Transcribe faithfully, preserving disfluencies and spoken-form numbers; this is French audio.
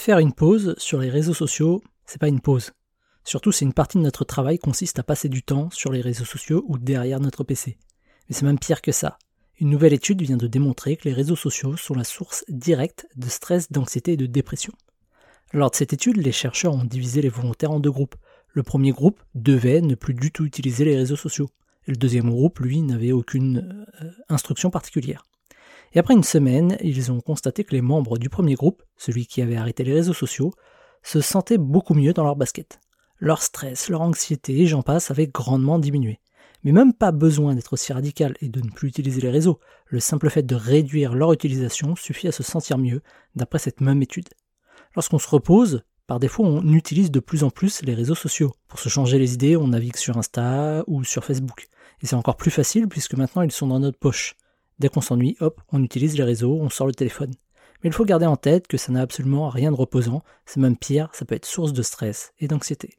Faire une pause sur les réseaux sociaux, c'est pas une pause. Surtout si une partie de notre travail consiste à passer du temps sur les réseaux sociaux ou derrière notre P C. Mais c'est même pire que ça. Une nouvelle étude vient de démontrer que les réseaux sociaux sont la source directe de stress, d'anxiété et de dépression. Lors de cette étude, les chercheurs ont divisé les volontaires en deux groupes. Le premier groupe devait ne plus du tout utiliser les réseaux sociaux. Et le deuxième groupe, lui, n'avait aucune euh, instruction particulière. Et après une semaine, ils ont constaté que les membres du premier groupe, celui qui avait arrêté les réseaux sociaux, se sentaient beaucoup mieux dans leur basket. Leur stress, leur anxiété, et j'en passe, avaient grandement diminué. Mais même pas besoin d'être aussi radical et de ne plus utiliser les réseaux. Le simple fait de réduire leur utilisation suffit à se sentir mieux, d'après cette même étude. Lorsqu'on se repose, par défaut, on utilise de plus en plus les réseaux sociaux. Pour se changer les idées, on navigue sur Insta ou sur Facebook. Et c'est encore plus facile puisque maintenant ils sont dans notre poche. Dès qu'on s'ennuie, hop, on utilise les réseaux, on sort le téléphone. Mais il faut garder en tête que ça n'a absolument rien de reposant, c'est même pire, ça peut être source de stress et d'anxiété.